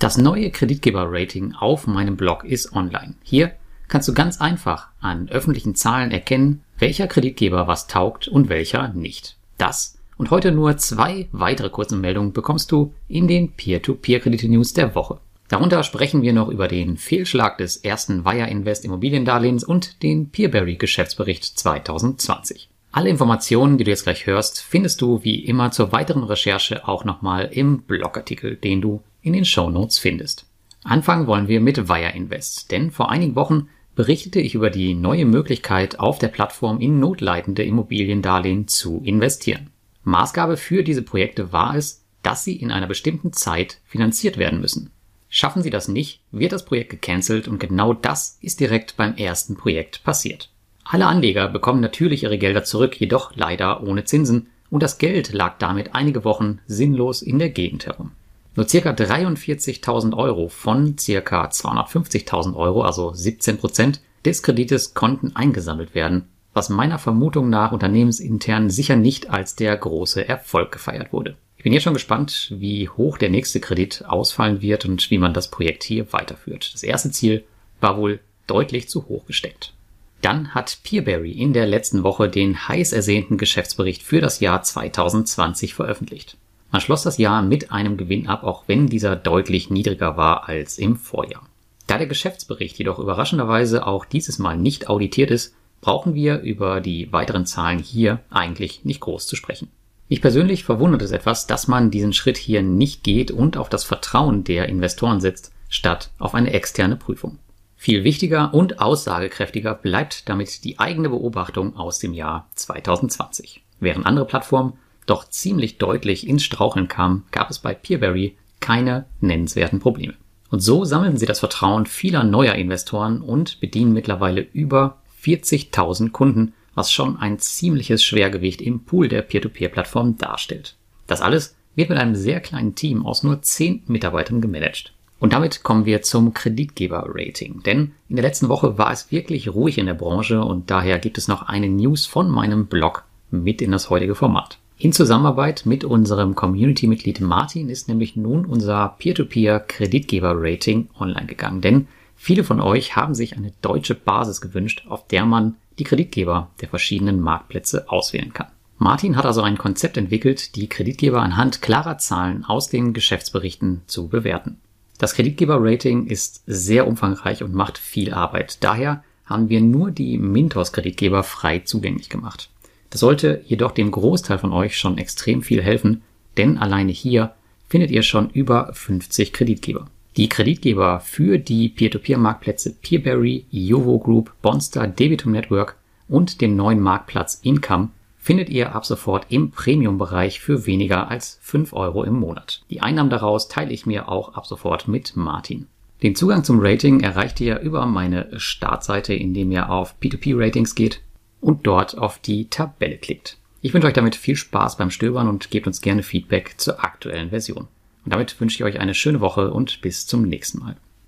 Das neue Kreditgeber-Rating auf meinem Blog ist online. Hier kannst du ganz einfach an öffentlichen Zahlen erkennen, welcher Kreditgeber was taugt und welcher nicht. Das und heute nur 2 weitere kurze Meldungen bekommst du in den Peer-to-Peer-Kredite-News der Woche. Darunter sprechen wir noch über den Fehlschlag des ersten Wire Invest Immobiliendarlehens und den Peerberry Geschäftsbericht 2020. Alle Informationen, die du jetzt gleich hörst, findest du wie immer zur weiteren Recherche auch nochmal im Blogartikel, den du in den Shownotes findest. Anfangen wollen wir mit Wire Invest, denn vor einigen Wochen berichtete ich über die neue Möglichkeit, auf der Plattform in notleidende Immobiliendarlehen zu investieren. Maßgabe für diese Projekte war es, dass sie in einer bestimmten Zeit finanziert werden müssen. Schaffen sie das nicht, wird das Projekt gecancelt und genau das ist direkt beim ersten Projekt passiert. Alle Anleger bekommen natürlich ihre Gelder zurück, jedoch leider ohne Zinsen und das Geld lag damit einige Wochen sinnlos in der Gegend herum. Nur ca. 43.000 Euro von ca. 250.000 Euro, also 17% des Kredites, konnten eingesammelt werden, was meiner Vermutung nach unternehmensintern sicher nicht als der große Erfolg gefeiert wurde. Ich bin jetzt schon gespannt, wie hoch der nächste Kredit ausfallen wird und wie man das Projekt hier weiterführt. Das erste Ziel war wohl deutlich zu hoch gesteckt. Dann hat Peerberry in der letzten Woche den heiß ersehnten Geschäftsbericht für das Jahr 2020 veröffentlicht. Man schloss das Jahr mit einem Gewinn ab, auch wenn dieser deutlich niedriger war als im Vorjahr. Da der Geschäftsbericht jedoch überraschenderweise auch dieses Mal nicht auditiert ist, brauchen wir über die weiteren Zahlen hier eigentlich nicht groß zu sprechen. Mich persönlich verwundert es etwas, dass man diesen Schritt hier nicht geht und auf das Vertrauen der Investoren setzt, statt auf eine externe Prüfung. Viel wichtiger und aussagekräftiger bleibt damit die eigene Beobachtung aus dem Jahr 2020. Während andere Plattformen doch ziemlich deutlich ins Straucheln kamen, gab es bei Peerberry keine nennenswerten Probleme. Und so sammeln sie das Vertrauen vieler neuer Investoren und bedienen mittlerweile über 40.000 Kunden, was schon ein ziemliches Schwergewicht im Pool der Peer-to-Peer-Plattform darstellt. Das alles wird mit einem sehr kleinen Team aus nur 10 Mitarbeitern gemanagt. Und damit kommen wir zum Kreditgeber-Rating, denn in der letzten Woche war es wirklich ruhig in der Branche und daher gibt es noch eine News von meinem Blog mit in das heutige Format. In Zusammenarbeit mit unserem Community-Mitglied Martin ist nämlich nun unser Peer-to-Peer-Kreditgeber-Rating online gegangen, denn viele von euch haben sich eine deutsche Basis gewünscht, auf der man die Kreditgeber der verschiedenen Marktplätze auswählen kann. Martin hat also ein Konzept entwickelt, die Kreditgeber anhand klarer Zahlen aus den Geschäftsberichten zu bewerten. Das Kreditgeber-Rating ist sehr umfangreich und macht viel Arbeit. Daher haben wir nur die Mintos-Kreditgeber frei zugänglich gemacht. Das sollte jedoch dem Großteil von euch schon extrem viel helfen, denn alleine hier findet ihr schon über 50 Kreditgeber. Die Kreditgeber für die Peer-to-Peer-Marktplätze Peerberry, Yovo Group, Bonster, Debitum Network und den neuen Marktplatz Income findet ihr ab sofort im Premium-Bereich für weniger als 5 Euro im Monat. Die Einnahmen daraus teile ich mir auch ab sofort mit Martin. Den Zugang zum Rating erreicht ihr über meine Startseite, indem ihr auf P2P-Ratings geht und dort auf die Tabelle klickt. Ich wünsche euch damit viel Spaß beim Stöbern und gebt uns gerne Feedback zur aktuellen Version. Und damit wünsche ich euch eine schöne Woche und bis zum nächsten Mal.